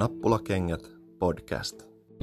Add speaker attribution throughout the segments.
Speaker 1: Nappulakengät podcast.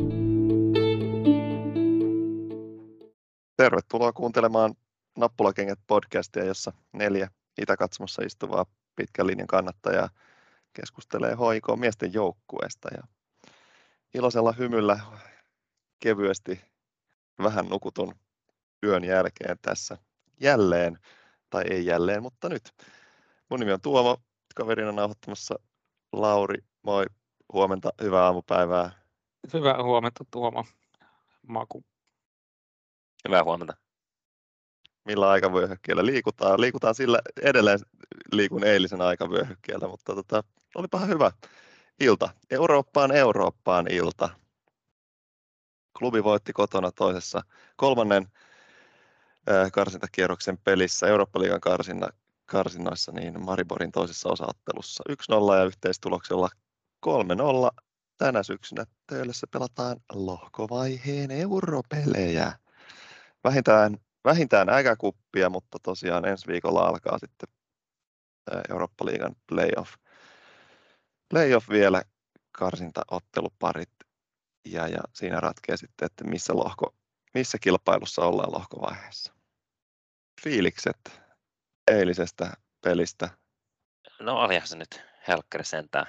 Speaker 2: Tervetuloa kuuntelemaan Nappulakengät podcastia, jossa 4 Itäkatsomossa istuvaa pitkän linjan kannattajaa keskustelee HJK miesten joukkueesta. Ja iloisella hymyllä kevyesti vähän nukutun yön jälkeen tässä jälleen, tai ei jälleen, mutta nyt. Mun nimi on Tuomo, kaverina nauhoittamassa Lauri. Moi, huomenta, hyvää aamupäivää.
Speaker 3: Hyvää huomenta Tuomo, Maku.
Speaker 4: Hyvää huomenta.
Speaker 2: Millä aikavyöhykkeellä liikutaan? Liikutaan sillä, edelleen liikun eilisen aikavyöhykkeellä, mutta olipahan hyvä ilta. Eurooppaan ilta. Klubi voitti kotona toisessa kolmannen karsintakierroksen pelissä Eurooppa-liigan karsinnoissa niin Mariborin toisessa osaottelussa 1-0 ja yhteistuloksella 3-0. Tänä syksynä Töölössä pelataan lohkovaiheen europelejä. Vähintään äkäkuppia, mutta tosiaan ensi viikolla alkaa sitten Eurooppa-liigan playoff vielä karsintaotteluparit ja siinä ratkeaa sitten, että missä kilpailussa ollaan lohkovaiheessa. Fiilikset eilisestä pelistä?
Speaker 4: No olihan se nyt helkkari sentään.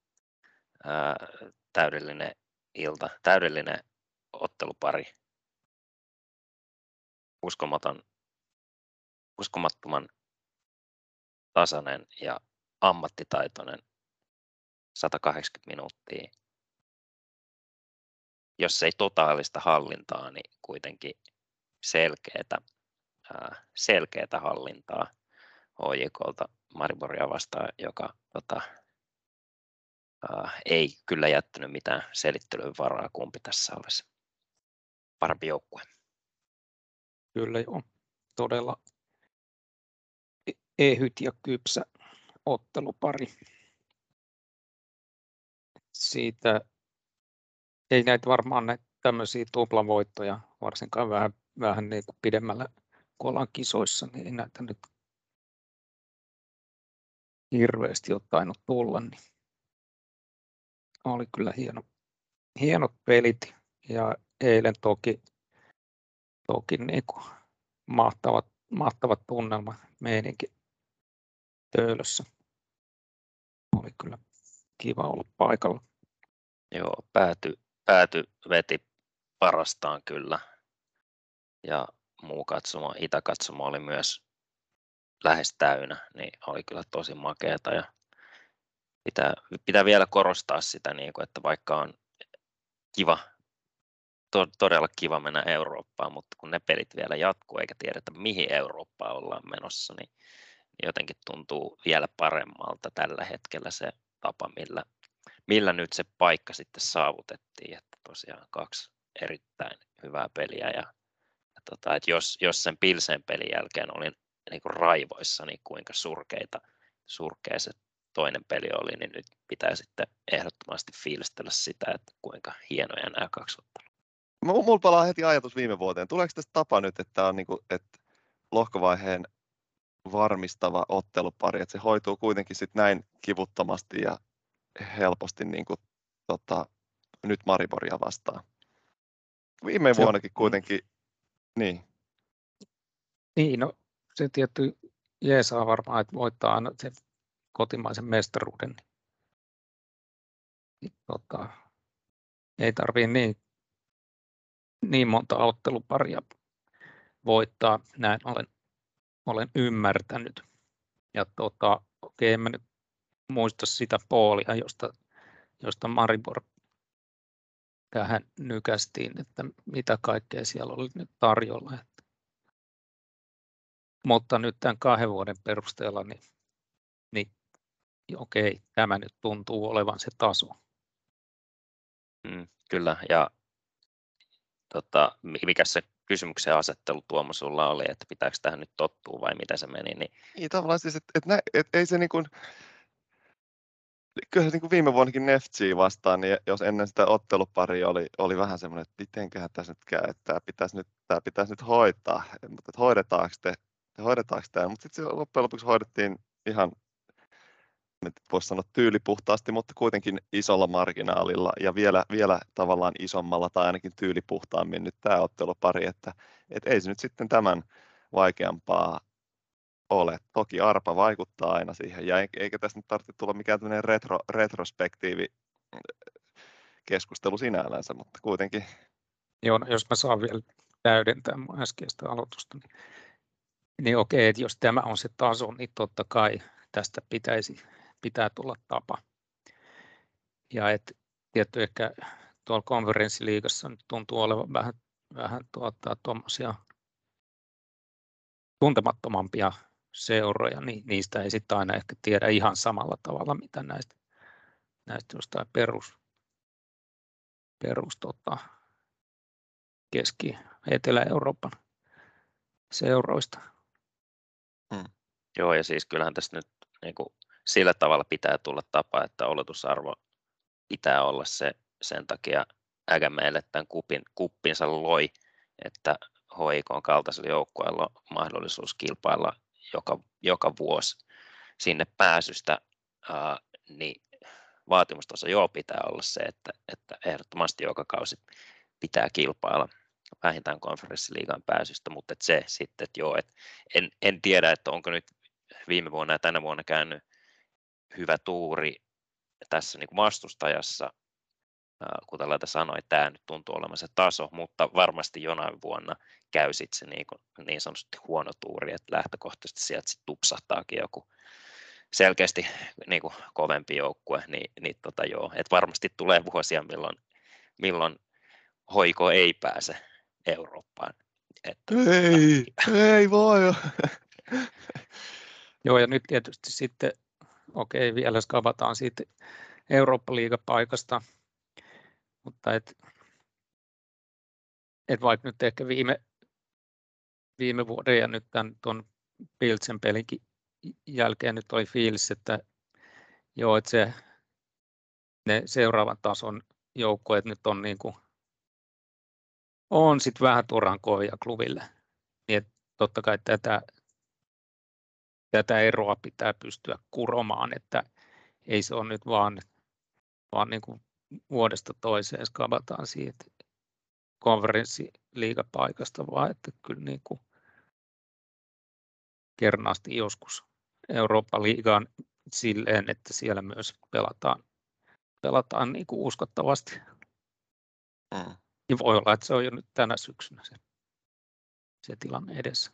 Speaker 4: Täydellinen ilta, täydellinen ottelupari. Uskomattoman tasainen ja ammattitaitoinen 180 minuuttia. Jos ei totaalista hallintaa, niin kuitenkin selkeätä hallintaa HJK:lta Mariboria vastaan, joka ei kyllä jättänyt mitään selittelyyn varaa, kumpi tässä olisi parempi joukkue.
Speaker 3: Kyllä joo, todella ehyt ja kypsä ottelupari. Siitä ei näitä varmaan näitä tämmöisiä tuplavoittoja, varsinkaan vähän niin kuin pidemmällä kun ollaan kisoissa, niin ei näitä nyt hirveästi ole tainnut tulla. Niin oli kyllä hienot pelit ja eilen toki niin kuin mahtavat tunnelmat meininki Töölössä. Oli kyllä kiva olla paikalla.
Speaker 4: Joo, pääty veti parastaan kyllä. Ja muu katsomo, Itäkatsomo oli myös lähes täynnä, niin oli kyllä tosi makeata. Ja pitää vielä korostaa sitä, että vaikka on kiva, todella kiva mennä Eurooppaan, mutta kun ne pelit vielä jatkuu eikä tiedetä mihin Eurooppaan ollaan menossa, niin jotenkin tuntuu vielä paremmalta tällä hetkellä se tapa, millä nyt se paikka sitten saavutettiin, että tosiaan 2 erittäin hyvää peliä ja että jos sen Pilsen pelin jälkeen olin niin kuin raivoissa, niin kuinka surkea se toinen peli oli, niin nyt pitää sitten ehdottomasti fiilistellä sitä, että kuinka hienoja nämä 2 ottelua.
Speaker 2: Mulla palaa heti ajatus viime vuoteen. Tuleeko tästä tapa nyt, että on että lohkovaiheen varmistava ottelupari, että se hoituu kuitenkin sit näin kivuttomasti ja helposti nyt Mariboria vastaan. Viime vuonnakin kuitenkin, niin.
Speaker 3: Niin, no se tietty jeesaa varmaan, että voittaa aina sen kotimaisen mestaruuden. Ei tarvitse niin monta otteluparia voittaa, näin olen ymmärtänyt. Ja okei, en mä nyt muista sitä poolia, josta Maribor tähän nykästiin, että mitä kaikkea siellä oli nyt tarjolla. Mutta nyt tämän 2 vuoden perusteella, niin okei, tämä nyt tuntuu olevan se taso.
Speaker 4: Kyllä, ja mikä se kysymyksen asettelu Tuomo sulla oli, että pitääkö tähän nyt tottua vai mitä se meni?
Speaker 2: Niin tavallaan siis, että ei se niin kuin, kyllä se niin kuin viime vuonnakin Neftsia vastaan, niin jos ennen sitä otteluparia oli vähän semmoinen, että mitenköhän tässä nyt käy, että tämä pitäisi nyt hoitaa, mutta hoidetaanko tämä, mutta sitten loppujen lopuksi hoidettiin ihan voisi sanoa tyylipuhtaasti, mutta kuitenkin isolla marginaalilla ja vielä tavallaan isommalla tai ainakin tyylipuhtaammin nyt tämä ottelupari, että ei se nyt sitten tämän vaikeampaa ole. Toki arpa vaikuttaa aina siihen ja eikä tässä nyt tarvitse tulla mikään tämmöinen retrospektiivi keskustelu sinällänsä, mutta kuitenkin.
Speaker 3: Joo, no jos mä saan vielä täydentää mun äskeistä aloitusta, niin okei, että jos tämä on se taso, niin totta kai tästä pitää tulla tapa. Ja että tietty ehkä tuolla konferenssiliigassa nyt tuntuu olevan vähän tuommoisia tuntemattomampia seuroja, niin niistä ei sitten aina ehkä tiedä ihan samalla tavalla, mitä näistä jostain perus Keski- Etelä-Euroopan seuroista.
Speaker 4: Joo, ja siis kyllähän tässä nyt niin kuin sillä tavalla pitää tulla tapa, että oletusarvo pitää olla se, sen takia Äkämeelle tämän kuppinsa loi, että HIK:n kaltaisella joukkueella on mahdollisuus kilpailla joka vuosi sinne pääsystä, niin vaatimustaso pitää olla se, että ehdottomasti joka kausi pitää kilpailla vähintään konferenssiliigan pääsystä, mutta se sitten, että joo, että en tiedä, että onko nyt viime vuonna ja tänä vuonna käynyt hyvä tuuri tässä niin kuin vastustajassa, kuten Laita sanoi, tämä nyt tuntuu olemaan se taso, mutta varmasti jonain vuonna käy sitten se niin sanotusti huono tuuri, että lähtökohtaisesti sieltä sitten tupsahtaakin joku selkeästi niin kuin kovempi joukkue, niin joo, että varmasti tulee vuosia, milloin HIK ei pääse Eurooppaan.
Speaker 2: Ei voi.
Speaker 3: Joo, ja nyt tietysti sitten, okei, vielä skavataan siitä Eurooppa-liigapaikasta, mutta et vaikka nyt ehkä viime vuoden ja nyt tuon Pilsen pelinkin jälkeen nyt oli fiilis, että joo, että ne seuraavan tason joukkueet nyt on niin kuin on sitten vähän turhan kovia klubille, niin että totta kai tätä eroa pitää pystyä kuromaan, että ei se ole nyt vaan niin kuin vuodesta toiseen skavataan siitä konferenssiliigapaikasta, vaan että kyllä niin kuin kernaasti joskus Eurooppa-liigaan silleen, että siellä myös pelataan niin kuin uskottavasti. Ja voi olla, että se on jo nyt tänä syksynä se tilanne edessä.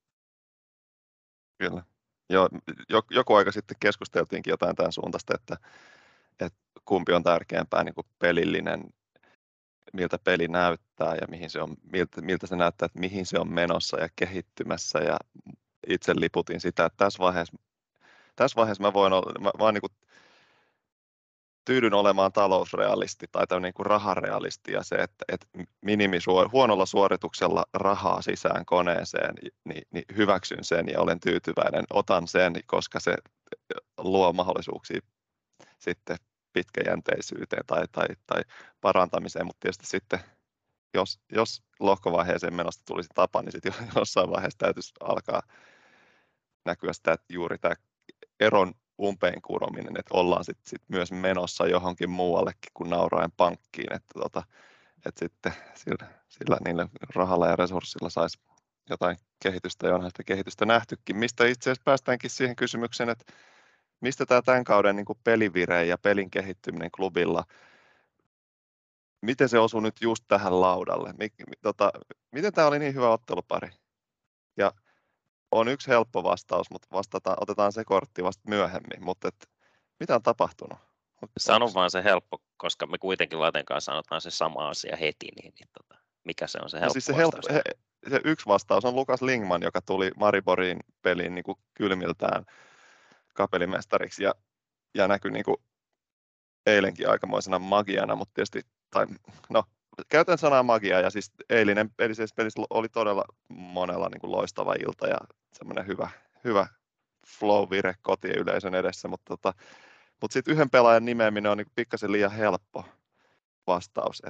Speaker 2: Kyllä. Joo, joku aika sitten keskusteltiinkin jotain tämän suuntaista, että kumpi on tärkeämpää, niin kuin pelillinen, miltä peli näyttää ja mihin se on, miltä se näyttää, että mihin se on menossa ja kehittymässä. Ja itse liputin sitä, että tässä vaiheessa mä vaan niin kuin tyydyn olemaan talousrealisti tai niin kuin raharealisti ja se, että huonolla suorituksella rahaa sisään koneeseen, niin hyväksyn sen ja olen tyytyväinen, otan sen, koska se luo mahdollisuuksia sitten pitkäjänteisyyteen tai parantamiseen, mutta tietysti sitten jos lohkovaiheeseen menosta tulisi tapa, niin sitten jossain vaiheessa täytyisi alkaa näkyä sitä, että juuri tämä eron umpeen kurominen, että ollaan sit myös menossa johonkin muuallekin kuin nauraen pankkiin, että sitten sillä niillä rahalla ja resurssilla saisi jotain kehitystä ja onhan sitä kehitystä nähtykin, mistä itse asiassa päästäänkin siihen kysymykseen, että mistä tämä tämän kauden niin kuin pelivire ja pelin kehittyminen klubilla, miten se osui nyt just tähän laudalle? Miten tämä oli niin hyvä ottelupari? Ja on yksi helppo vastaus, mutta otetaan se kortti vasta myöhemmin, mutta mitä on tapahtunut?
Speaker 4: Sano vaan se helppo, koska me kuitenkin Laten kanssa sanotaan se sama asia heti, niin mikä se on se helppo vastaus?
Speaker 2: Se yksi vastaus on Lukas Lingman, joka tuli Mariborin peliin niin kuin kylmiltään kapellimestariksi ja näkyi niin kuin eilenkin aikamoisena magiana, mutta tietysti, käytän sanaa magia ja siis eilinen pelissä oli todella monella niin kuin loistava ilta ja semmoinen hyvä flow-vire kotiyleisön edessä, mutta sitten yhden pelaajan nimeäminen on niin pikkasen liian helppo vastaus.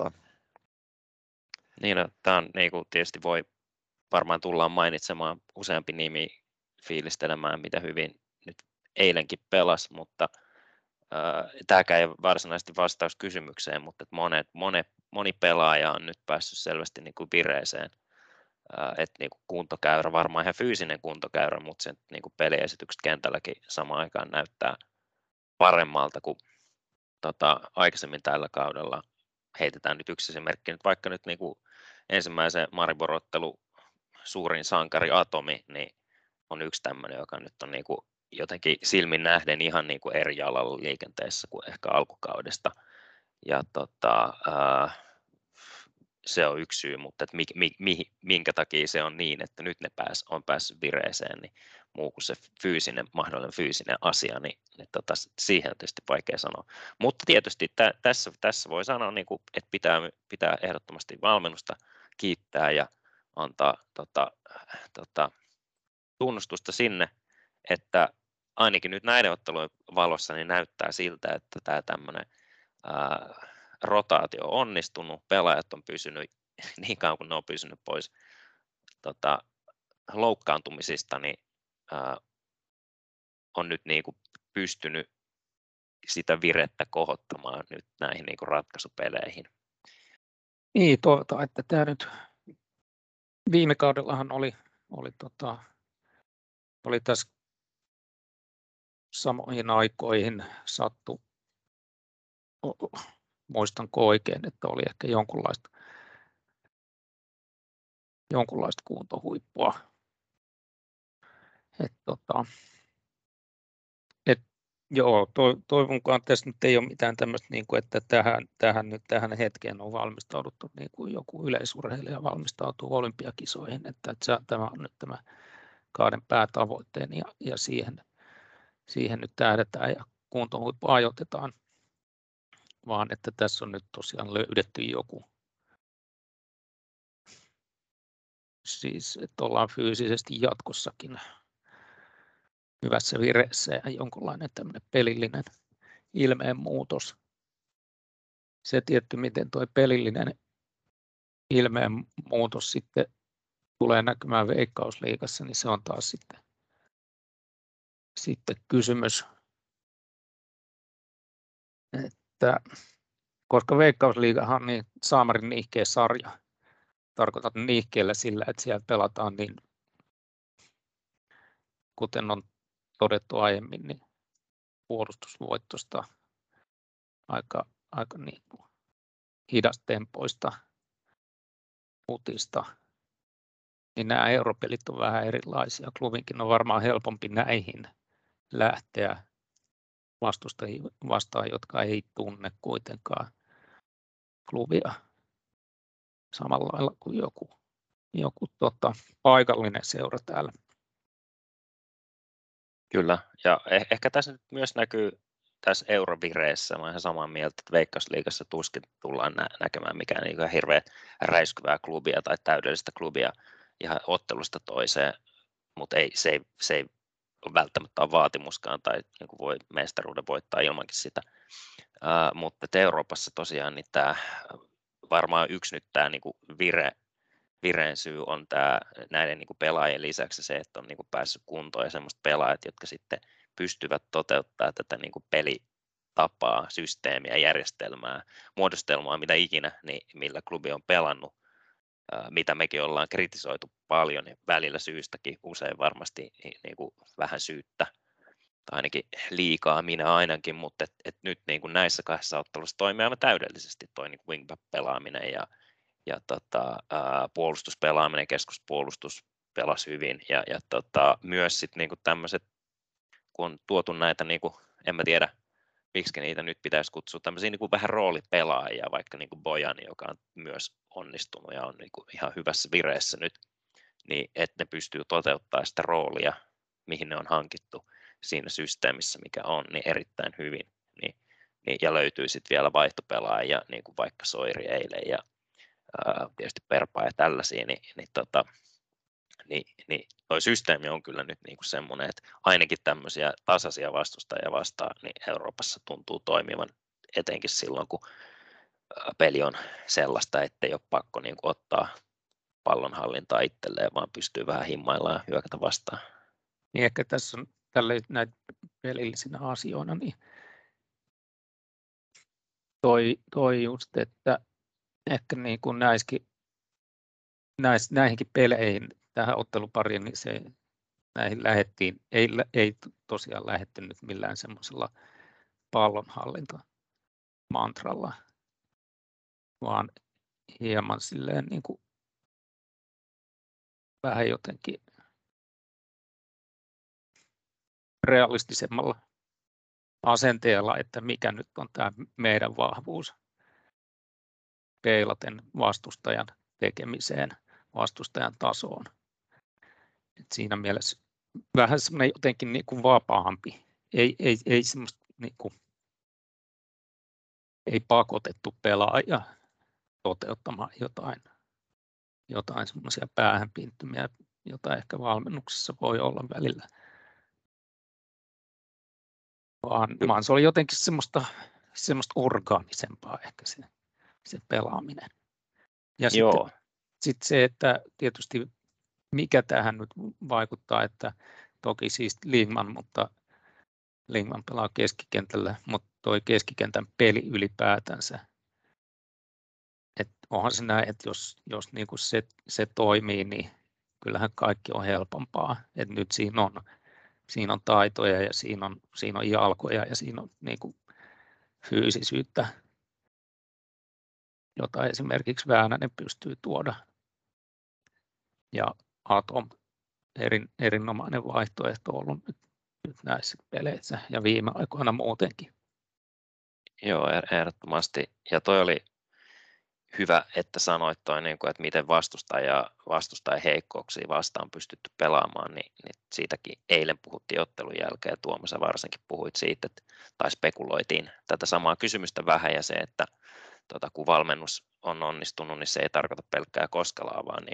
Speaker 4: Niin, tämä on niin kuin tietysti voi varmaan tullaan mainitsemaan useampi nimi fiilistelemään, mitä hyvin nyt eilenkin pelasi, mutta tämäkään ei varsinaisesti vastaus kysymykseen, mutta moni pelaaja on nyt päässyt selvästi niin kuin vireeseen. Että niin kuin kuntokäyrä, varmaan ihan fyysinen kuntokäyrä, mutta sen niin kuin peliesitykset kentälläkin samaan aikaan näyttää paremmalta kuin aikaisemmin tällä kaudella. Heitetään nyt yksi esimerkki, nyt vaikka nyt niin kuin ensimmäisen Maribor-ottelun suurin sankari Atomi, niin on yksi tämmöinen, joka nyt on niin kuin jotenkin silmin nähden ihan niin kuin eri jalalla liikenteessä kuin ehkä alkukaudesta. Ja se on yksi syy, mutta että minkä takia se on niin, että nyt ne on päässyt vireeseen, niin muu kuin se mahdollinen fyysinen asia, niin siihen on tietysti vaikea sanoa. Mutta tietysti tässä voi sanoa, niin kuin, että pitää ehdottomasti valmennusta kiittää ja antaa tunnustusta sinne, että ainakin nyt näiden ottelujen valossa niin näyttää siltä, että tämä tämmöinen rotaatio on onnistunut, pelaajat on pysynyt niin kauan kuin ne on pysynyt pois loukkaantumisista, niin on nyt niin kuin pystynyt sitä virettä kohottamaan nyt näihin niin kuin ratkaisupeleihin.
Speaker 3: Niin, toivotaan, että tämä nyt viime kaudellahan oli tässä samoihin aikoihin sattu, muistanko oikein, että oli ehkä jonkunlaista kuntohuippua. Toivon mukaan tässä nyt ei ole mitään tämmöistä, niin kuin, että tähän hetkeen on valmistauduttu niin kuin joku yleisurheilija valmistautuu olympiakisoihin, että tämä on nyt tämä kauden päätavoitteen ja siihen nyt tähdätään ja kuntohuippu ajoitetaan, vaan että tässä on nyt tosiaan löydetty joku, siis että ollaan fyysisesti jatkossakin hyvässä vireessä ja jonkunlainen tämmöinen pelillinen ilmeen muutos. Se tietty, miten tuo pelillinen ilmeen muutos sitten tulee näkymään Veikkausliigassa, niin se on taas sitten kysymys, että koska Veikkausliigahan on niin saamarin niihkeä sarja, tarkoitan niihkeellä sillä, että siellä pelataan niin, kuten on todettu aiemmin, niin puolustusvoittosta aika niin kuin hidastempoista putista, niin nämä europelit on vähän erilaisia. Klubinkin on varmaan helpompi näihin lähteä vastustajia vastaan, jotka ei tunne kuitenkaan klubia samalla lailla kuin joku paikallinen seura täällä.
Speaker 4: Kyllä, ja ehkä tässä nyt myös näkyy tässä eurovireessä, mä olen ihan samaa mieltä, että Veikkausliigassa tuskin tullaan näkemään mikään niin hirveän räiskyvää klubia tai täydellistä klubia ihan ottelusta toiseen, mutta se ei välttämättä ole vaatimuskaan tai niin kuin voi mestaruuden voittaa ilmankin sitä. Mutta Euroopassa tosiaan niin tämä varmaan yksi nyt tämä niin kuin vireen syy on tämä näiden niin kuin pelaajien lisäksi se, että on niin kuin päässyt kuntoon ja semmoiset pelaajat, jotka sitten pystyvät toteuttamaan tätä niin kuin pelitapaa, systeemiä, järjestelmää, muodostelmaa, mitä ikinä, niin millä klubi on pelannut, mitä mekin ollaan kritisoitu paljon, niin välillä syystäkin, usein varmasti niin kuin vähän syyttä, tai ainakin liikaa minä ainakin, mutta nyt niin kuin näissä kahdessa ottelussa toimii aivan täydellisesti tuo niin wingback-pelaaminen ja puolustuspelaaminen, keskuspuolustus pelasi hyvin ja myös sitten niinku tämmöiset, kun on tuotu näitä, niinku, en mä tiedä miksi niitä nyt pitäisi kutsua, tämmöisiä niinku vähän roolipelaajia, vaikka niinku Bojani, joka on myös onnistunut ja on niinku ihan hyvässä vireessä nyt, niin että ne pystyy toteuttamaan sitä roolia, mihin ne on hankittu siinä systeemissä, mikä on, niin erittäin hyvin. Ja löytyy sitten vielä vaihtopelaajia, niin kuin vaikka Soiri eilen ja tietysti Perpaa ja tällaisia, niin toi systeemi on kyllä nyt niin kuin semmoinen, että ainakin tämmöisiä tasaisia vastustajia vastaan, niin Euroopassa tuntuu toimivan etenkin silloin, kun peli on sellaista, ettei ole pakko niin kuin ottaa pallonhallintaa itselleen, vaan pystyy vähän himmailemaan ja hyökätä vastaan.
Speaker 3: Niin ehkä tässä on tälle näitä pelillisinä asioina, niin toi just, että ehkä niin kuin näihinkin peleihin, tähän ottelupariin, niin näihin lähdettiin, ei tosiaan lähdetty nyt millään semmoisella pallonhallintamantralla, vaan hieman silleen niin kuin vähän jotenkin realistisemmalla asenteella, että mikä nyt on tämä meidän vahvuus peilaten vastustajan tekemiseen, vastustajan tasoon. Et siinä mielessä vähän semmoinen jotenkin niin kuin vapaampi, ei semmoista niin kuin, ei pakotettu pelaaja toteuttamaan jotain semmoisia päähänpinttymiä, jota ehkä valmennuksessa voi olla välillä. Vaan se oli jotenkin semmoista orgaanisempaa ehkä se pelaaminen. Ja sitten se, että tietysti mikä tähän nyt vaikuttaa, että toki siis Lingman pelaa keskikentällä, mutta toi keskikentän peli ylipäätänsä, että onhan se näin, että jos niin kuin se toimii, niin kyllähän kaikki on helpompaa. Et nyt siinä on taitoja ja siinä on jalkoja ja siinä on niin kuin fyysisyyttä, jota esimerkiksi Väänänen pystyy tuoda. Ja Atom erinomainen vaihtoehto ollut nyt näissä peleissä ja viime aikoina muutenkin.
Speaker 4: Joo, ehdottomasti. Ja toi oli hyvä, että sanoit toi, että miten vastustajan heikkouksia vastaan pystytty pelaamaan, niin siitäkin eilen puhuttiin ottelun jälkeen, ja Tuomas varsinkin puhuit siitä, tai spekuloitiin tätä samaa kysymystä vähän, ja se, että kun valmennus on onnistunut, niin se ei tarkoita pelkkää Koskelaa, vaan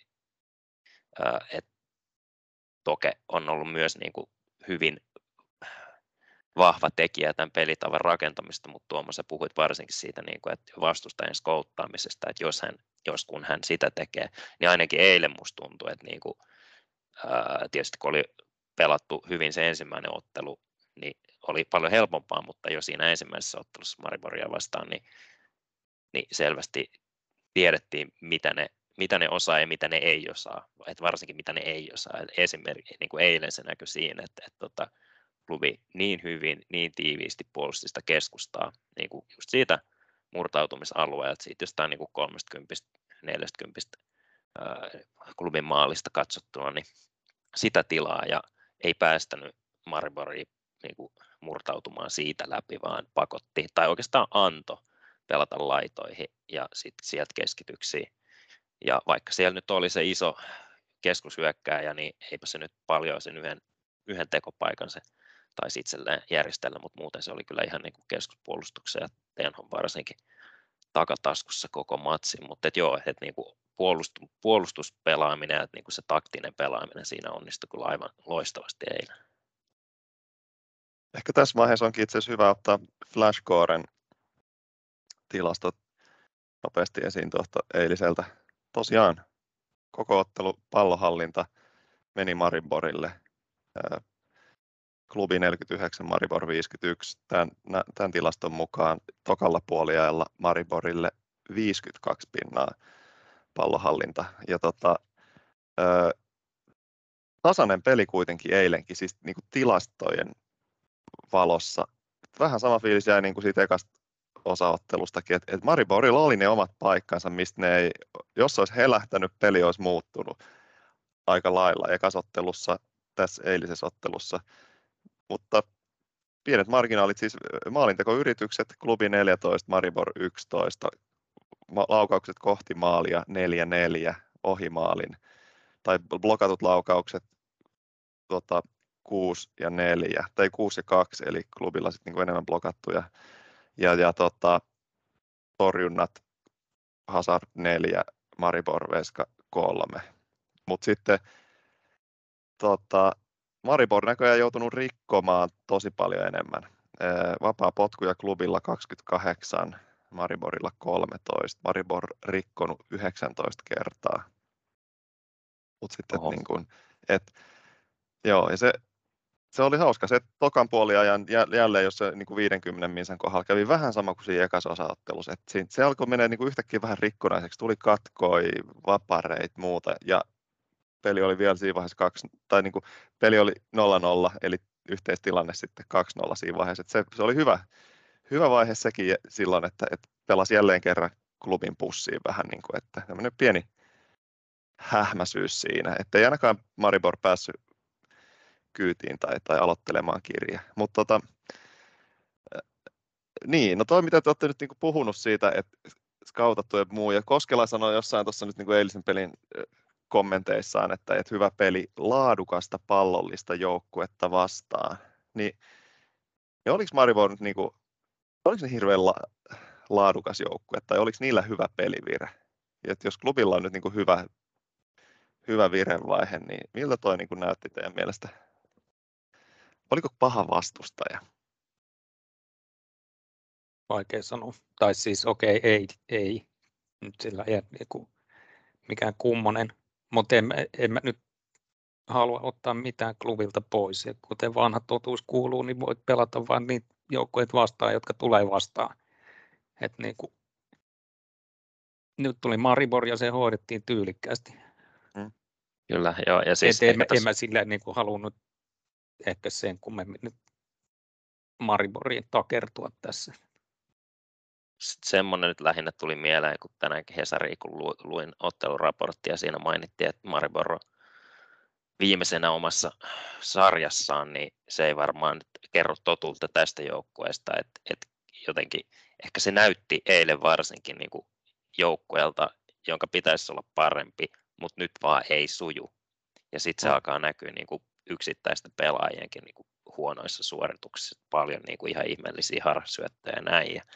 Speaker 4: että Toke on ollut myös hyvin vahva tekijä tämän pelitavan rakentamista, mutta Tuomas, sä puhuit varsinkin siitä että vastustajan skouttaamisesta, että jos kun hän sitä tekee, niin ainakin eilen musta tuntui, että tietysti kun oli pelattu hyvin se ensimmäinen ottelu, niin oli paljon helpompaa, mutta jo siinä ensimmäisessä ottelussa Mariboria vastaan, niin selvästi tiedettiin, mitä ne osaa ja mitä ne ei osaa, että varsinkin mitä ne ei osaa. Esimerkiksi niin kuin eilen se näkyi siinä, että klubi niin hyvin, niin tiiviisti puolusti sitä keskustaa, niin kuin just siitä murtautumisalueelta, siitä jostain niin kuin 30-40 klubin maalista katsottuna, niin sitä tilaa ja ei päästänyt Mariboria niin kuin murtautumaan siitä läpi, vaan pakotti, tai oikeastaan antoi pelata laitoihin ja sitten sieltä keskityksiin. Ja vaikka siellä nyt oli se iso keskushyökkääjä, niin eipä se nyt paljon sen yhden tekopaikan se taisi itselleen järjestellä, mutta muuten se oli kyllä ihan niin kuin keskuspuolustuksen ja Tenhon varsinkin takataskussa koko matsin. Mutta niin kuin puolustuspelaaminen ja niin kuin se taktinen pelaaminen siinä onnistui kyllä aivan loistavasti eilen.
Speaker 2: Ehkä tässä vaiheessa onkin itse asiassa hyvä ottaa Flashcoren tilastot nopeasti esiin tuosta eiliseltä. Tosiaan koko ottelu pallonhallinta meni Mariborille. Klubi 49, Maribor 51. Tämän tilaston mukaan tokalla puoliajalla Mariborille 52 pinnaa pallonhallinta. Ja tasainen peli kuitenkin eilenkin, siis niin kuin tilastojen valossa. Vähän sama fiilis jäi niin kuin siitä ekasta osaottelustakin, että Mariborilla oli ne omat paikkansa, mistä ne ei, jos olisi helähtänyt, peli olisi muuttunut aika lailla ekasottelussa, tässä eilisessä ottelussa. Mutta pienet marginaalit, siis maalintekoyritykset, klubi 14, Maribor 11, laukaukset kohti maalia 4-4, ohi maalin, tai blokatut laukaukset 6 ja 4, tai 6 ja 2, eli klubilla sitten niin enemmän blokattuja, ja torjunnat Hazard 4, Maribor Veska 3. Mutta sitten Maribor näköjään joutunut rikkomaan tosi paljon enemmän. Vapaa potkuja klubilla 28, Mariborilla 13. Maribor rikkonut 19 kertaa. Mut sitten ja se se oli hauska. Se tokan puoliajan jälleen, jos se niin kuin 50 minsan kohdalla kävi vähän sama kuin siinä ekassa osaottelussa. Se alkoi mennä niin kuin yhtäkkiä vähän rikkonaiseksi. Tuli katkoi, vapareit, muuta. Ja peli oli vielä siinä vaiheessa peli oli 0-0, eli yhteistilanne sitten 2-0 siinä vaiheessa. Se oli hyvä vaihe sekin silloin, että pelasi jälleen kerran klubin pussiin vähän, niin kuin, että tämmöinen pieni hähmäisyys siinä, että ei ainakaan Maribor päässyt kyytiin tai aloittelemaan kirjaa. Mutta niin, no toi mitä te olette nyt niin kuin puhunut siitä, että skautattu ja muu, ja Koskela sanoi jossain tuossa nyt niin kuin eilisen pelin kommenteissaan, että hyvä peli laadukasta pallollista joukkuetta vastaan, niin oliko Maribor nyt niin kuin, oliko ne hirveän laadukas joukkue, tai oliko niillä hyvä pelivire? Ja jos klubilla on nyt niin kuin hyvä virevaihe, niin miltä toi niin kuin näytti teidän mielestä? Oliko paha vastustaja?
Speaker 3: Vaikea sanoa. Tai siis okei, ei. Nyt sillä ei niinku mikään kummonen. Mutta en mä nyt halua ottaa mitään klubilta pois. Ja kuten vanha totuus kuuluu, niin voit pelata vain niitä joukkueita vastaan, jotka tulee vastaan. Et niinku, nyt tuli Maribor ja se hoidettiin tyylikkäästi.
Speaker 4: Kyllä, joo. Ja siis
Speaker 3: en mä sillä niinku halunnut ehkä sen kummemmin nyt Mariboriin takertua tässä.
Speaker 4: Semmoinen nyt lähinnä tuli mieleen, kun tänäänkin Hesariin, kun luin otteluraporttia, siinä mainittiin, että Maribor on viimeisenä omassa sarjassaan, niin se ei varmaan nyt kerro totuutta tästä joukkueesta, että jotenkin ehkä se näytti eilen varsinkin niin kuin joukkueelta, jonka pitäisi olla parempi, mutta nyt vaan ei suju. Ja sitten se alkaa näkyä niin kuin yksittäisten pelaajienkin niin kuin huonoissa suorituksissa, paljon niin kuin ihan ihmeellisiä harhasyöttöjä ja näin. Ja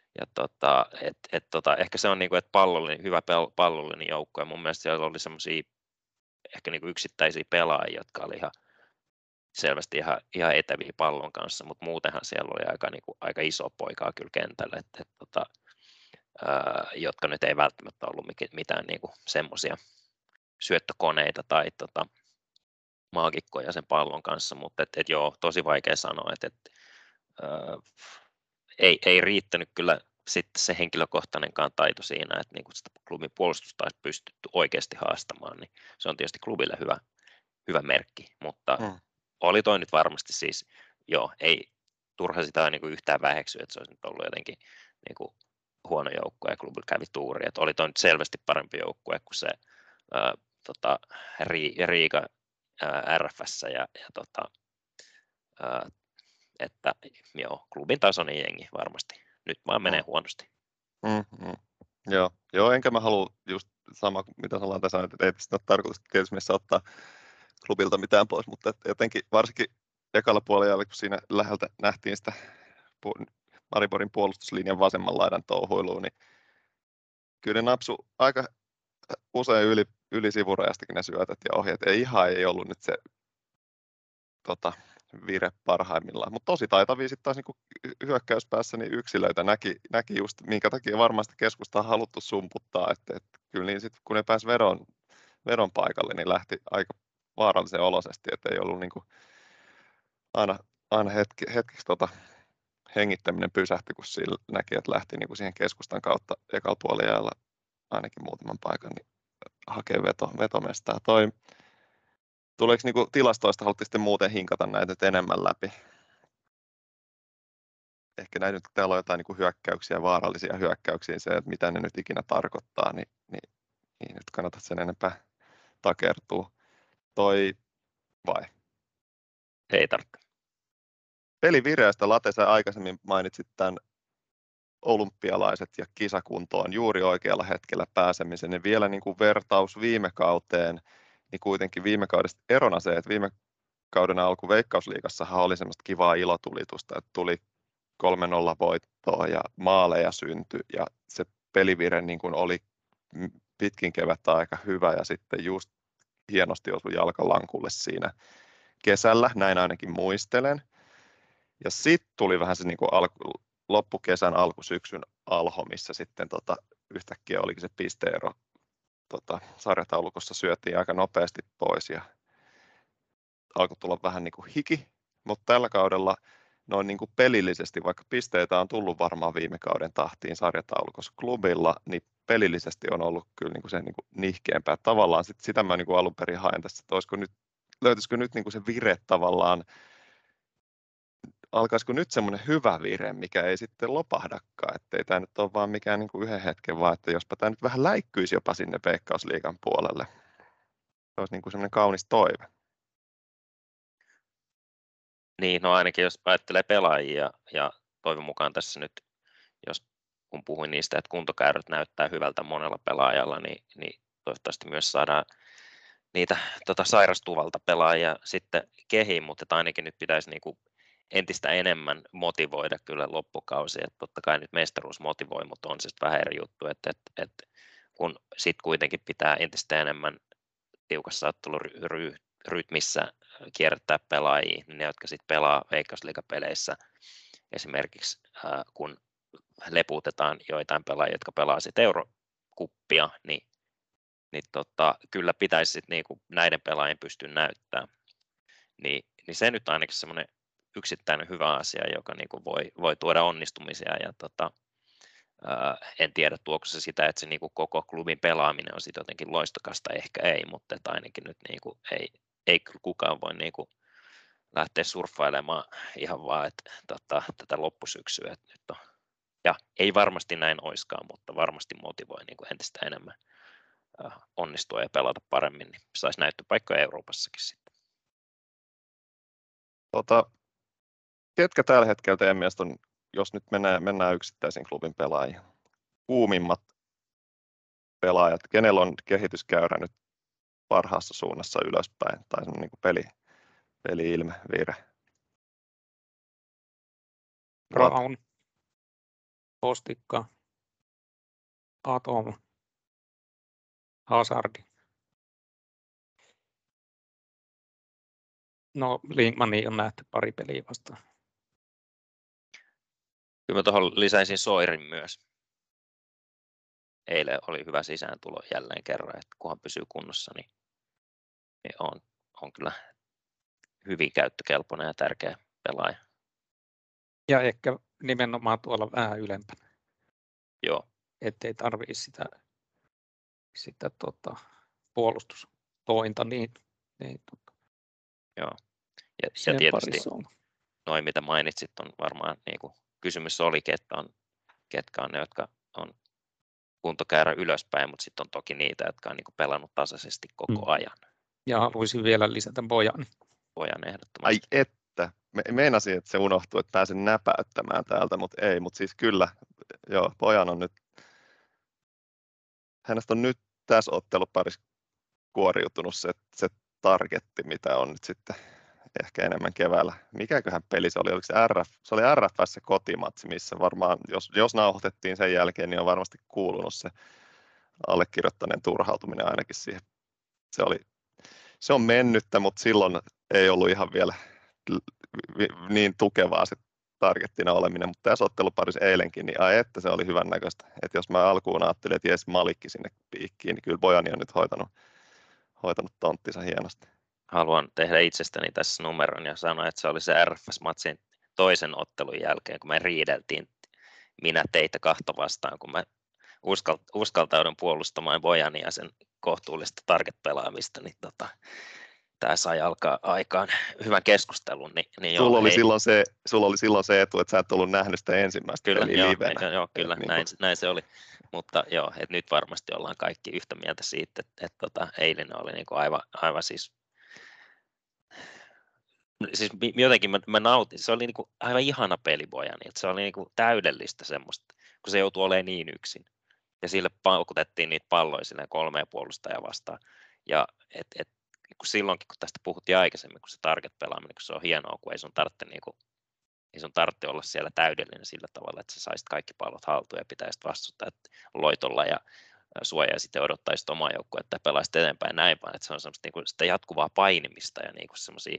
Speaker 4: ehkä se on niin kuin, että hyvä pallollinen joukko, ja mun mielestä siellä oli semmoisia ehkä niin kuin yksittäisiä pelaajia, jotka oli selvästi ihan etäviä pallon kanssa, mutta muutenhan siellä oli aika iso poikaa kyllä kentällä, jotka nyt ei välttämättä ollut mitään niin kuin semmoisia syöttökoneita tai maagikkoja sen pallon kanssa, mutta joo, tosi vaikea sanoa, että ei riittänyt kyllä sitten se henkilökohtainenkaan taito siinä, että niinku sitä klubin puolustusta olisi pystytty oikeasti haastamaan, niin se on tietysti klubille hyvä merkki, mutta oli toi nyt varmasti siis, joo, ei turha sitä niinku yhtään väheksyä, että se olisi nyt ollut jotenkin niinku huono joukkue ja klubilla kävi tuuri, että oli toi nyt selvästi parempi joukkue kuin se Riga RFS ja että joo, klubin tasoinen jengi varmasti. Nyt vaan menee huonosti.
Speaker 2: Joo, enkä mä halua just sama mitä ollaan tässä sanonut, että ei tästä ole tarkoitus tietysti missä ottaa klubilta mitään pois, mutta jotenkin varsinkin ekalla puolella, kun siinä läheltä nähtiin sitä Mariborin puolustuslinjan vasemman laidan touhuilua, niin kyllä ne napsu aika usein yli sivurajastakin ne syötöt ja ohjeet. Ei ollut nyt se vire parhaimmillaan, mutta tosi taitavia sitten taas niin hyökkäyspäässä niin yksilöitä näki just, minkä takia varmasti keskusta on haluttu sumputtaa, että kyllä niin sitten kun ne pääsi vedon paikalle, niin lähti aika vaarallisen oloisesti, että ei ollut niin kuin aina hetkeksi hengittäminen pysähtyi, kun sillä näki, että lähti niin kuin siihen keskustan kautta ekalla puoliajalla ainakin muutaman paikan niin hakee vetomestaa. Tuleeko niin kuin tilastoista, haluttiin sitten muuten hinkata näitä nyt enemmän läpi? Ehkä näitä nyt, kun täällä on jotain niin kuin hyökkäyksiä, vaarallisia hyökkäyksiä, se, että mitä ne nyt ikinä tarkoittaa, niin nyt kannattaa sen enempää takertua. Vai?
Speaker 4: Ei tarvitse.
Speaker 2: Pelivireästä, Late, sä aikaisemmin mainitsit tämän olympialaiset ja kisakuntoon juuri oikealla hetkellä pääsemisen, ja vielä niin kuin vertaus viime kauteen, niin kuitenkin viime kaudesta erona se, että viime kauden alku Veikkausliigassahan oli semmoista kivaa ilotulitusta, että tuli 3-0 voittoa ja maaleja syntyi, ja se pelivire niin kuin oli pitkin kevättä aika hyvä, ja sitten just hienosti osui jalkalankulle siinä kesällä, näin ainakin muistelen. Ja sitten tuli vähän se niin kuin loppukesän, alkusyksyn alho, missä sitten yhtäkkiä olikin se pisteero sarjataulukossa syötiin aika nopeasti pois ja alkoi tulla vähän niin kuin hiki mutta tällä kaudella noin niin kuin pelillisesti, vaikka pisteitä on tullut varmaan viime kauden tahtiin sarjataulukossa klubilla, niin pelillisesti on ollut kyllä niin kuin se niin kuin nihkeämpää. Tavallaan sitä mä niin kuin alun perin haen tässä, että löytyisikö nyt niin kuin se vire tavallaan, alkaisiko nyt semmoinen hyvä vire, mikä ei sitten lopahdakaan, ettei tämä nyt ole vaan mikään niin kuin yhden hetken, vaan että jospa tämä nyt vähän läikkyisi jopa sinne Veikkausliigan puolelle. Se olisi niin kuin semmoinen kaunis toive.
Speaker 4: Niin, no ainakin jos ajattelee pelaajia ja toivon mukaan tässä nyt, kun puhuin niistä, että kuntokäyrät näyttää hyvältä monella pelaajalla, niin toivottavasti myös saadaan niitä sairastuvalta pelaajia sitten kehiin, mutta ainakin nyt pitäisi niinku entistä enemmän motivoida kyllä loppukausi, että totta kai nyt mestaruus motivoi, mutta on se sitten vähän eri juttu, että kun sitten kuitenkin pitää entistä enemmän tiukassa ottelurytmissä kierrättää pelaajia, niin ne, jotka sitten pelaa Veikkausliigapeleissä esimerkiksi, kun leputetaan joitain pelaajia, jotka pelaa sitten eurokuppia, niin kyllä pitäisi sitten niinku näiden pelaajien pystyä näyttämään. Niin se nyt ainakin semmoinen yksittäinen hyvä asia, joka niinku voi tuoda onnistumisia. Ja en tiedä, tuoko se sitä, että se niinku koko klubin pelaaminen on sitten jotenkin loistokasta, ehkä ei, mutta että ainakin nyt niinku ei kyllä kukaan voi niinku lähteä surffailemaan ihan vaan tätä loppusyksyä. Että nyt on. Ja ei varmasti näin oiskaan, mutta varmasti motivoi niinku entistä enemmän onnistua ja pelata paremmin, niin saisi näyttöpaikkoja Euroopassakin sitten.
Speaker 2: Ketkä tällä hetkellä teidän mielestä on, jos nyt mennään yksittäisiin klubin pelaajiin, kuumimmat pelaajat, kenellä on kehityskäyrä nyt parhaassa suunnassa ylöspäin, tai se on niin kuin peli-ilme, vire?
Speaker 3: Brown, Postikka, Atom, Hazardi. No, Linkmani on nähty pari peliä vastaan.
Speaker 4: Kyllä mä tuohon lisäisin Soirin myös. Eilen oli hyvä sisääntulo jälleen kerran, että kunhan pysyy kunnossa, niin on kyllä hyvin käyttökelpoinen ja tärkeä pelaaja.
Speaker 3: Ja ehkä nimenomaan tuolla vähän ylempänä.
Speaker 4: Joo.
Speaker 3: Ettei tarvitse sitä puolustustointa niin
Speaker 4: Joo. Ja tietysti noin mitä mainitsit on varmaan niin kuin kysymys olikin, että ketkä on ne, jotka on kuntokäyrä ylöspäin, mutta sitten on toki niitä, jotka on niin kuin pelannut tasaisesti koko ajan.
Speaker 3: Ja haluaisin vielä lisätä Bojan.
Speaker 4: Bojan ehdottomasti.
Speaker 2: Ai että, meinasin, että se unohtuu, että pääsen näpäyttämään täältä, mutta ei, mutta siis kyllä, joo, Bojan on nyt, hänestä on nyt tässä otteluparissa kuoriutunut se targetti, mitä on nyt sitten ehkä enemmän keväällä. Mikäköhän peli se oli? Oliko se oli RFS se kotimatsi, missä varmaan, jos nauhoitettiin sen jälkeen, niin on varmasti kuulunut se allekirjoittaneen turhautuminen ainakin siihen. Se on mennyttä, mutta silloin ei ollut ihan vielä niin tukevaa se targettina oleminen, mutta tässä otteluparissa eilenkin, niin että se oli hyvän näköistä. Että jos mä alkuun ajattelin, että jes Malikki sinne piikkiin, niin kyllä Bojani on nyt hoitanut tonttinsa hienosti.
Speaker 4: Haluan tehdä itsestäni tässä numeron ja sanoa, että se oli se RFS-matsin toisen ottelun jälkeen, kun me riideltiin minä teitä kahta vastaan, kun mä uskaltaudun puolustamaan Bojania ja sen kohtuullista target-pelaamista, niin tämä sai alkaa aikaan hyvän keskustelun. Niin
Speaker 2: sulla oli silloin se etu, että sä et ollut nähnyt sitä ensimmäistä peliä livenä.
Speaker 4: Joo, kyllä, näin se oli. Mutta joo, että nyt varmasti ollaan kaikki yhtä mieltä siitä, että eilinen oli niinku aivan siis jotenkin mä nautin. Se oli niinku aivan ihana peli Bojani, että se oli niinku täydellistä semmoista, kun se joutui olemaan niin yksin. Ja sille paukutettiin niitä palloja silleen 3 puolustajaa vastaan. Ja kun silloinkin, kun tästä puhuttiin aikaisemmin, kun se target-pelaaminen, kun se on hienoa, kun ei sun tarvitse olla siellä täydellinen sillä tavalla, että sä saisit kaikki pallot haltuun ja pitäisit vastustaa loitolla ja suojaa sitten odottaisit omaa joukkuetta että pelaisit eteenpäin näin, vaan että se on semmoista niinku sitä jatkuvaa painimista ja niinku semmoisia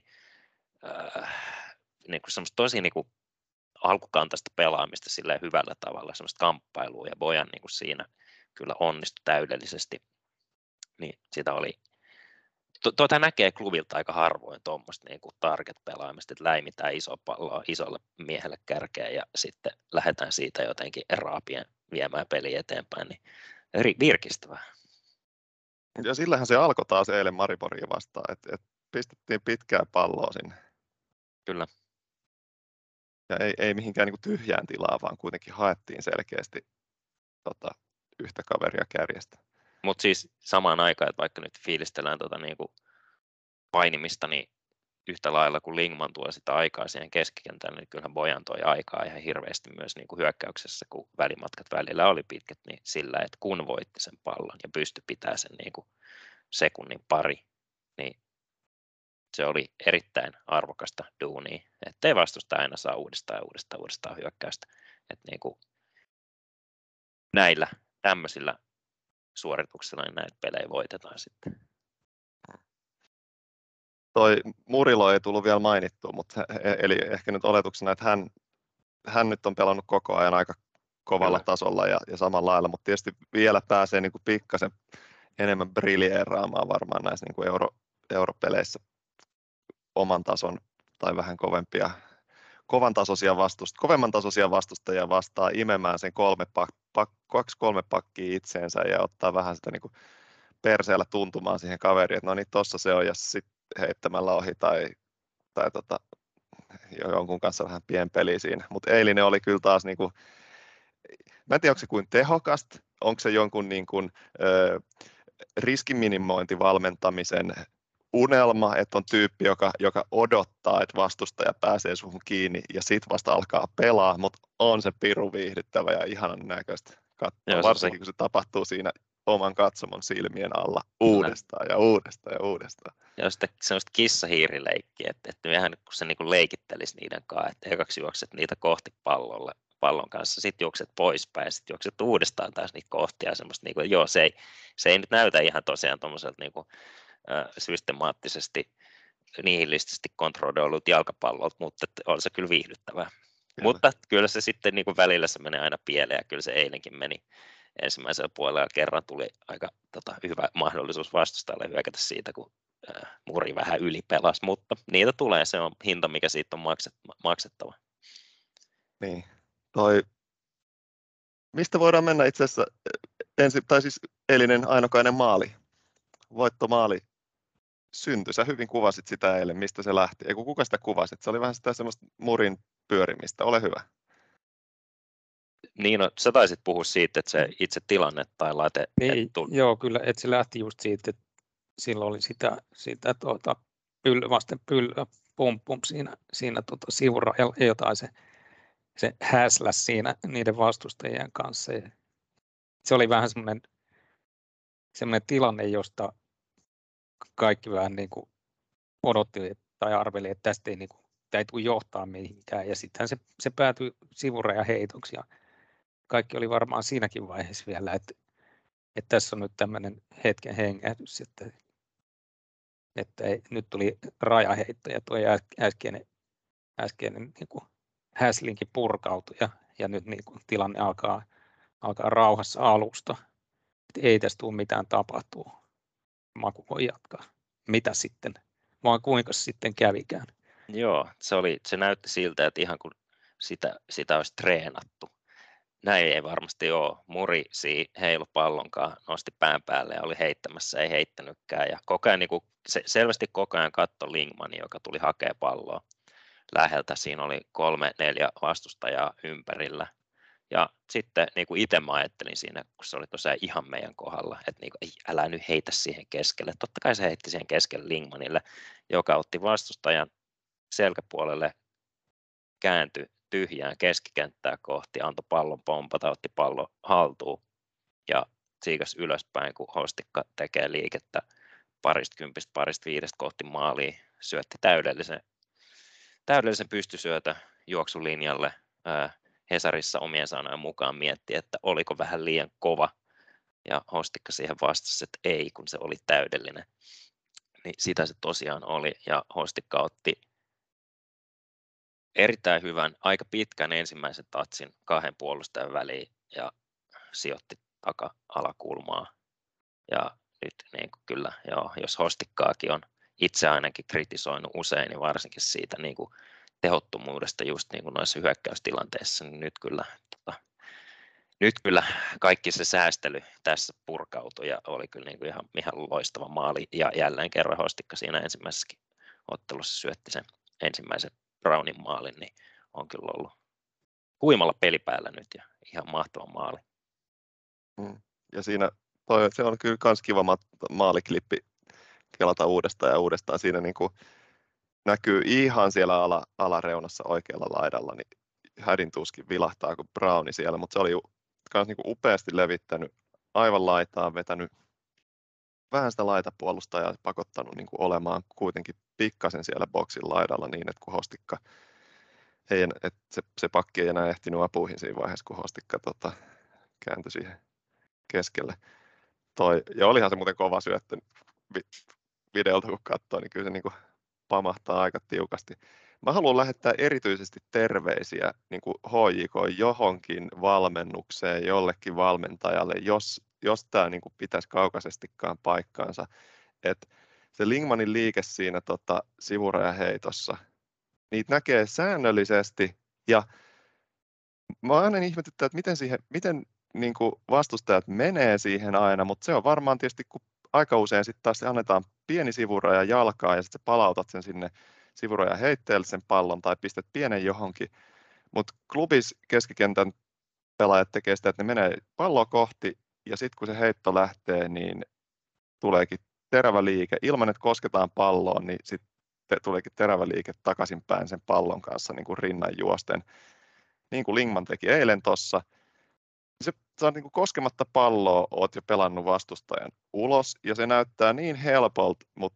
Speaker 4: niinku semmoista tosi niinku alkukantaista pelaamista silleen hyvällä tavalla, semmoista kamppailua ja Bojan niinku siinä kyllä onnistui täydellisesti, niin sitä oli Tuota näkee klubilta aika harvoin tuommoista niin kuin target-pelaamista, että läimitään iso palloa isolle miehelle kärkeen ja sitten lähdetään siitä jotenkin raapien viemään peliä eteenpäin, niin virkistävää.
Speaker 2: Ja sillähän se alkoi taas eilen Mariboria vastaan, että pistettiin pitkää palloa sinne.
Speaker 4: Kyllä.
Speaker 2: Ja ei mihinkään niin kuin tyhjään tilaa, vaan kuitenkin haettiin selkeästi yhtä kaveria kärjestä.
Speaker 4: Mutta siis samaan aikaan, että vaikka nyt fiilistellään niinku painimista, niin yhtä lailla kun Lingman tuo sitä aikaa siihen keskikentälle, niin kyllähän Bojan toi aikaa ihan hirveästi myös niin kuin hyökkäyksessä, kun välimatkat välillä oli pitkät, niin sillä, että kun voitti sen pallon ja pystyi pitämään sen niin kuin sekunnin pari, niin se oli erittäin arvokasta duunia, ettei vastusta aina saa uudestaan hyökkäystä. Että niin kuin näillä tämmöisillä suorituksilla niin näitä pelejä voitetaan sitten.
Speaker 2: Toi Murilo ei tullut vielä mainittua, mutta eli ehkä nyt oletuksena, että hän nyt on pelannut koko ajan aika kovalla tasolla ja samalla lailla, mutta tietysti vielä pääsee niin kuin pikkasen enemmän briljeeraamaan varmaan näissä niin kuin europeleissä oman tason tai vähän kovemman tasoisia vastustajia vastaan imemään sen 2-3 pakkia itseensä ja ottaa vähän sitä niin kuin perseellä tuntumaan siihen kaveriin, että no niin, tossa se on, ja sitten heittämällä ohi tai jonkun kanssa vähän pienpeliä siinä. Mutta eilinen oli kyllä taas, niin kuin, mä en tiedä, onko se kuin tehokasta, onko se jonkun niin kuin, riskiminimointivalmentamisen unelma, että on tyyppi, joka odottaa, että vastustaja pääsee suhun kiinni ja sit vasta alkaa pelaa, mutta on se piru viihdyttävä ja ihanan näköistä katsoa, varsinkin kun se tapahtuu siinä oman katsomon silmien alla uudestaan ja uudestaan.
Speaker 4: Ja sitten semmoista kissahiirileikkiä, että vähän kun se niinku leikittelisi niiden kanssa, että ekaksi juokset niitä kohti pallon kanssa, sitten juokset poispäin, sitten juokset uudestaan taas niitä kohti ja semmoista, niinku, joo, se ei nyt näytä ihan tosiaan tuommoiselta niinku, systemaattisesti, nihilistisesti kontrolloidut jalkapallolta, mutta on se kyllä viihdyttävää. Kyllä. Mutta kyllä se sitten niinku välillä se menee aina pieleen ja kyllä se eilenkin meni. Ensimmäisellä puolella kerran tuli aika hyvä mahdollisuus vastustajalle hyökätä siitä, kun Muri vähän ylipelasi, mutta niitä tulee, se on hinta, mikä siitä on maksettava.
Speaker 2: Niin, mistä voidaan mennä itse asiassa eilinen ainokainen maali, voittomaali syntyi. Sä hyvin kuvasit sitä eilen, mistä se lähti. Eiku kuka sitä kuvasit? Se oli vähän sitä semmoista Murin pyörimistä. Ole hyvä.
Speaker 4: Niin, no, sä taisit puhua siitä, että se itse tilanne tai laite...
Speaker 3: Joo, kyllä, että se lähti just siitä, että silloin oli sitä vasten pum siinä sivurajalla jotain se häsläs siinä niiden vastustajien kanssa. Ja se oli vähän semmoinen tilanne, josta kaikki vähän niin kuin odotti tai arveli, että tästä ei tule johtaa mihinkään. Ja sittenhän se päätyi sivurajan heitoksi. Ja kaikki oli varmaan siinäkin vaiheessa vielä, että tässä on nyt tämmöinen hetken hengähdys, että nyt tuli rajaheitto ja tuo äskeinen niin kuin häslinki purkautui ja nyt niin kuin tilanne alkaa rauhassa alusta. Että ei tästä tule mitään tapahtuu. Maku voi jatkaa. Mitä sitten? Vaan kuinka sitten kävikään?
Speaker 4: Joo, se näytti siltä, että ihan kun sitä olisi treenattu. Näin ei varmasti ole. Muri heilu pallonkaan, nosti pään päälle ja oli heittämässä, ei heittänytkään. Ja koko ajan, selvästi koko ajan katsoi Lingmani, joka tuli hakemaan palloa läheltä. Siinä oli 3-4 vastustajaa ympärillä. Ja sitten niin kuin itse mä ajattelin siinä, kun se oli tosiaan ihan meidän kohdalla, että niin kuin, älä nyt heitä siihen keskelle. Totta kai se heitti siihen keskelle Lingmanille, joka otti vastustajan selkäpuolelle, kääntyi tyhjään keskikenttää kohti, antoi pallon pompata, otti pallon haltuun ja siikas ylöspäin, kun Hostikka tekee liikettä parista kympistä, parista viidestä kohti maaliin, syötti täydellisen pystysyötä juoksulinjalle. Hesarissa omien sanojen mukaan mietti, että oliko vähän liian kova ja Hostikka siihen vastasi, että ei, kun se oli täydellinen. Niin sitä se tosiaan oli ja Hostikka otti erittäin hyvän, aika pitkän ensimmäisen tatsin 2 puolustajan väliin ja sijoitti taka-alakulmaa. Ja nyt niin kuin kyllä, joo, jos Hostikkaakin on itse ainakin kritisoinut usein, niin varsinkin siitä niin kuin tehottomuudesta just niin kuin noissa hyökkäystilanteissa, niin nyt kyllä kaikki se säästely tässä purkautui ja oli kyllä niin kuin ihan loistava maali. Ja jälleen kerran Hostikka siinä ensimmäisessäkin ottelussa syötti sen ensimmäisen Brownin maalin, niin on kyllä ollut huimalla pelipäällä nyt ja ihan mahtava maali.
Speaker 2: Ja siinä se on kyllä myös kiva maaliklippi kelata uudestaan ja uudestaan. Siinä niin kuin näkyy ihan siellä alareunassa oikealla laidalla, niin hädin tuskin vilahtaa kuin Browni siellä, mutta se oli myös niin kuin upeasti levittänyt aivan laitaan, vetänyt vähän sitä laitapuolustajaa, pakottanut niin kuin olemaan kuitenkin pikkasen siellä boksin laidalla niin, että kun Hostikka että se pakki ei enää ehtinyt apuihin siinä vaiheessa, kun Hostikka kääntyi siihen keskelle. Ja olihan se muuten kova syöttö videolta, kun katsoo, niin kyllä se niin kuin pamahtaa aika tiukasti. Mä haluan lähettää erityisesti terveisiä niin kuin HJK johonkin valmennukseen, jollekin valmentajalle, jos tämä niin kuin pitäisi kaukaisestikaan paikkaansa. Et se Lingmanin liike siinä sivurajaheitossa, niitä näkee säännöllisesti, ja mä aina ihmetyttää, että miten niin kuin vastustajat menee siihen aina, mutta se on varmaan tietysti, kun aika usein sitten taas annetaan pieni sivuraja jalkaa ja sitten palautat sen sinne sivurajan heitteelle sen pallon tai pistät pienen johonkin, mutta klubis keskikentän pelaajat tekee sitä, että ne menee palloa kohti ja sitten kun se heitto lähtee, niin tuleekin terävä liike. Ilman, että kosketaan palloon, niin sitten tuleekin terävä liike takaisinpäin sen pallon kanssa niin kuin rinnan juosten. Niin kuin Lingman teki eilen tuossa. Se on niin kuin koskematta palloa, oot jo pelannut vastustajan ulos, ja se näyttää niin helpolta, mutta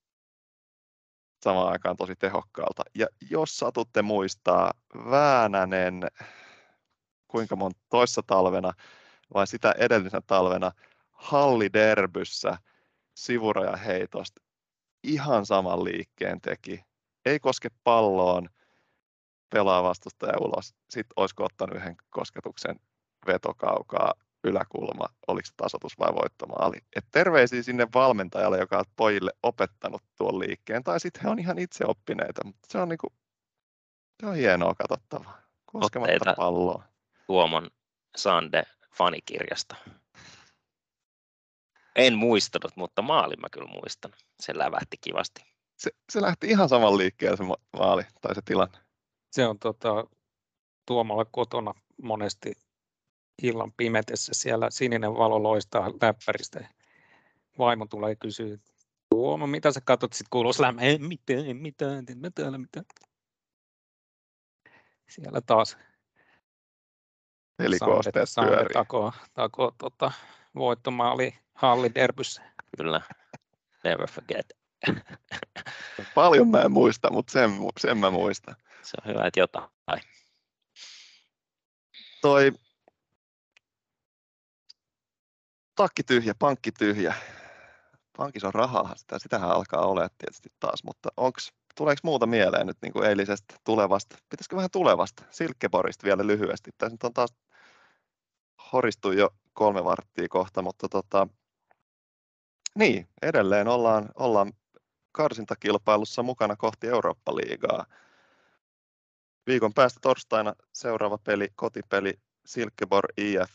Speaker 2: samaan aikaan tosi tehokkaalta. Ja jos satutte muistaa, Väänänen, kuinka monta toissa talvena vai sitä edellisenä talvena, Halliderbyssä sivurajaheitosta ihan saman liikkeen teki. Ei koske palloon, pelaa vastustaja ulos. Sitten olisiko ottanut yhden kosketuksen vetokaukaa, yläkulma, oliko se tasoitus vai voittomaali. Et terveisiä sinne valmentajalle, joka on pojille opettanut tuon liikkeen, tai sitten he on ihan itse oppineita, mutta se on hienoa katsottavaa, koskematta palloa.
Speaker 4: Tuomon Sande fanikirjasta. En muistanut, mutta maalin mä kyllä muistan. Se lävähti kivasti.
Speaker 2: Se lähti ihan saman liikkeen se maali tai se tilanne.
Speaker 3: Se on Tuomalla kotona monesti illan pimetessä siellä sininen valo loistaa läppäristä. Vaimo tulee kysyä, Tuomo, mitä sä katsot? Sitten kuuluu slämmä, ei mitään, mä täällä mitään. Siellä taas Sande takoo voittomaali Halliderbyssä.
Speaker 4: Kyllä, never forget.
Speaker 2: Paljon mä en muista, mutta sen mä muistan.
Speaker 4: Se on hyvä, että jotain.
Speaker 2: Toi takki tyhjä, pankki tyhjä. Pankissa on rahaa, sitähän alkaa olemaan tietysti taas, mutta tuleeko muuta mieleen nyt niin kuin eilisestä tulevasta? Pitäisikö vähän tulevasta? Silkeborgista vielä lyhyesti. Tässä nyt on taas horistu jo 3 varttia kohta, mutta niin, edelleen ollaan karsintakilpailussa mukana kohti Eurooppa-liigaa. Viikon päästä torstaina seuraava peli, kotipeli Silkeborg IF.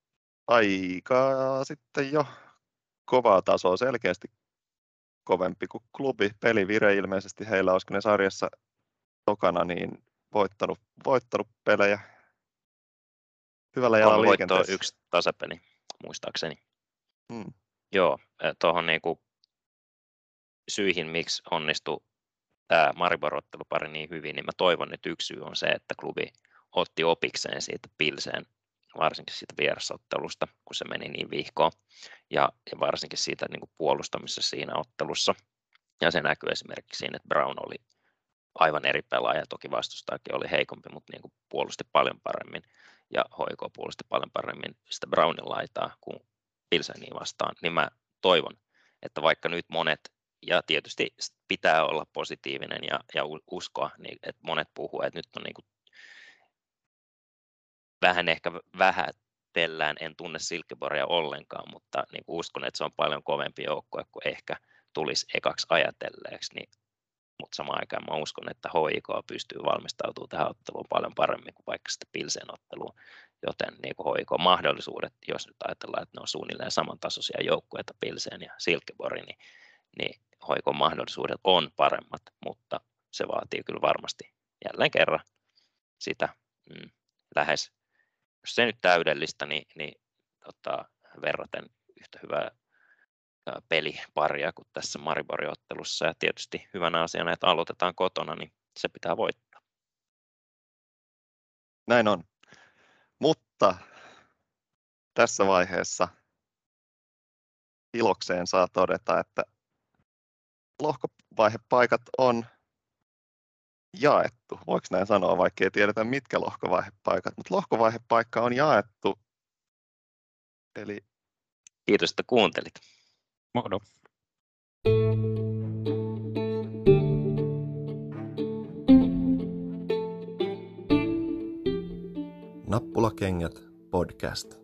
Speaker 2: Aika sitten jo kovaa tasoa, selkeästi kovempi kuin klubi. Pelivire ilmeisesti heillä, olisiko ne sarjassa tokana, niin voittanut pelejä hyvällä jalalla liikenteessä.
Speaker 4: 1 tasapeli, muistaakseni. Joo, tuohon niinku syihin, miksi onnistui tämä Maribor-ottelupari niin hyvin, niin mä toivon, että yksi syy on se, että klubi otti opikseen siitä Pilseen, varsinkin siitä vierasottelusta, kun se meni niin vihkoon, ja varsinkin siitä niin kuin puolustamisessa siinä ottelussa. Ja se näkyy esimerkiksi siinä, että Brown oli aivan eri pelaaja, toki vastustajakin oli heikompi, mutta niin kuin puolusti paljon paremmin, ja HJK puolusti paljon paremmin sitä Brownin laitaa kuin Pilseniin vastaan, niin mä toivon, että vaikka nyt monet, ja tietysti pitää olla positiivinen ja uskoa, niin että monet puhuu, että nyt on niin kuin vähän vähitellen, en tunne Silkeborgia ollenkaan, mutta niin kuin uskon, että se on paljon kovempi joukkue kuin ehkä tulisi ekaksi ajatelleeksi, niin, mutta samaan aikaan mä uskon, että HIK pystyy valmistautumaan tähän otteluun paljon paremmin kuin vaikka sitten Pilsen otteluun, joten niin kuin HIK mahdollisuudet, jos nyt ajatellaan, että ne on suunnilleen samantasoisia joukkueita Pilsen ja Silkeborg, niin HIK mahdollisuudet on paremmat, mutta se vaatii kyllä varmasti jälleen kerran sitä lähes, jos se nyt täydellistä, niin verraten yhtä hyvää peliparia kuin tässä Mariborin ottelussa. Ja tietysti hyvänä asiana, että aloitetaan kotona, niin se pitää voittaa.
Speaker 2: Näin on. Mutta tässä vaiheessa ilokseen saa todeta, että lohkovaihepaikat on jaettu. Voiko näin sanoa, vaikka ei tiedetä mitkä lohkovaihepaikat, mutta lohkovaihepaikka on jaettu. Eli
Speaker 4: kiitos, että kuuntelit.
Speaker 3: Moro.
Speaker 1: Nappulakengät podcast.